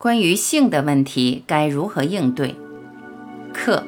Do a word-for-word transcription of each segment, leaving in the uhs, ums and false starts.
关于性的问题该如何应对？课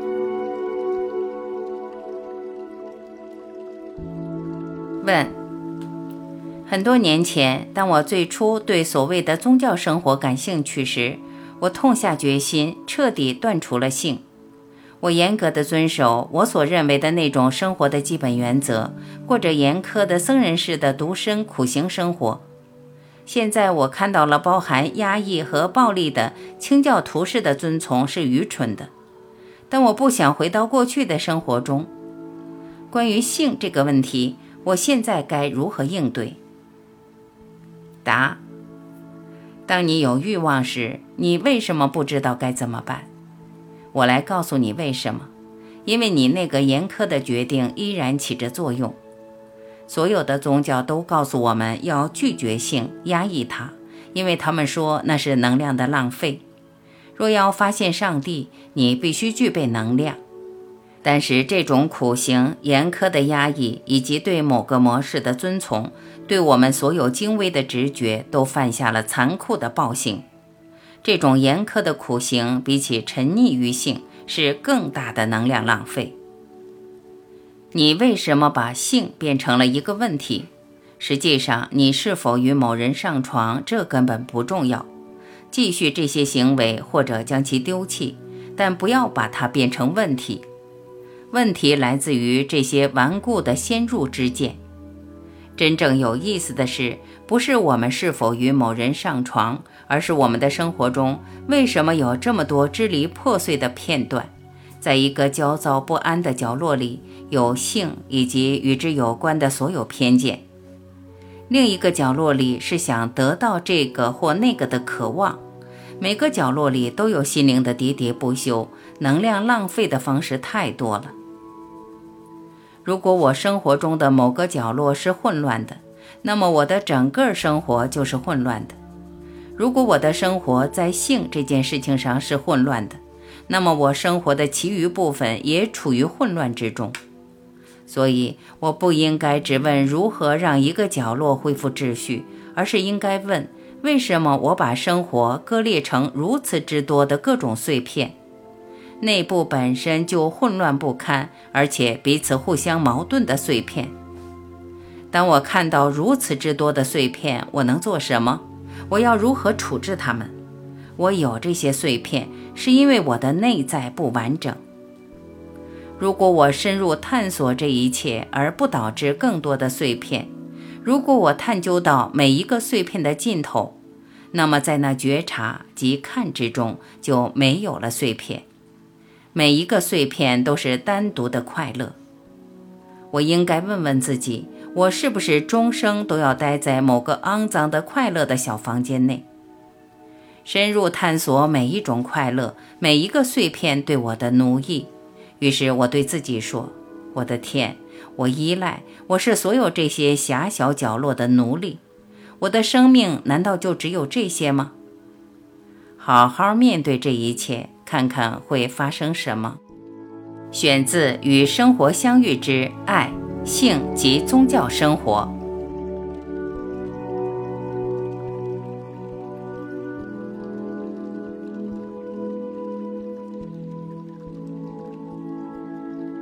问：很多年前，当我最初对所谓的宗教生活感兴趣时，我痛下决心，彻底断除了性。我严格地遵守我所认为的那种生活的基本原则，过着严苛的僧人式的独身苦行生活。现在我看到了包含压抑和暴力的清教徒式的遵从是愚蠢的，但我不想回到过去的生活中。关于性这个问题，我现在该如何应对？答：当你有欲望时，你为什么不知道该怎么办？我来告诉你为什么。因为你那个严苛的决定依然起着作用。所有的宗教都告诉我们要拒绝性，压抑它，因为他们说那是能量的浪费。若要发现上帝，你必须具备能量。但是这种苦行、严苛的压抑以及对某个模式的遵从，对我们所有精微的直觉都犯下了残酷的暴行。这种严苛的苦行比起沉溺于性是更大的能量浪费。你为什么把性变成了一个问题？实际上，你是否与某人上床，这根本不重要。继续这些行为或者将其丢弃，但不要把它变成问题。问题来自于这些顽固的先入之见。真正有意思的是，不是我们是否与某人上床，而是我们的生活中为什么有这么多支离破碎的片段。在一个焦躁不安的角落里，有性以及与之有关的所有偏见。另一个角落里是想得到这个或那个的渴望。每个角落里都有心灵的喋喋不休，能量浪费的方式太多了。如果我生活中的某个角落是混乱的，那么我的整个生活就是混乱的。如果我的生活在性这件事情上是混乱的，那么我生活的其余部分也处于混乱之中。所以我不应该只问如何让一个角落恢复秩序，而是应该问为什么我把生活割裂成如此之多的各种碎片，内部本身就混乱不堪，而且彼此互相矛盾的碎片。当我看到如此之多的碎片，我能做什么？我要如何处置它们？我有这些碎片，是因为我的内在不完整。如果我深入探索这一切，而不导致更多的碎片，如果我探究到每一个碎片的尽头，那么在那觉察及看之中就没有了碎片。每一个碎片都是单独的快乐。我应该问问自己，我是不是终生都要待在某个肮脏的快乐的小房间内？深入探索每一种快乐，每一个碎片对我的奴役。于是我对自己说，我的天，我依赖，我是所有这些狭小角落的奴隶。我的生命难道就只有这些吗？好好面对这一切，看看会发生什么。选自《与生活相遇之爱、性及宗教生活》。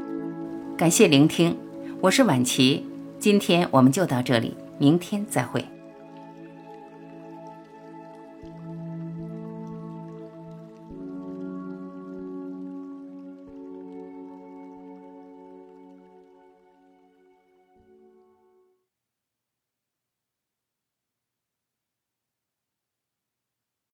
感谢聆听，我是婉琪，今天我们就到这里，明天再会。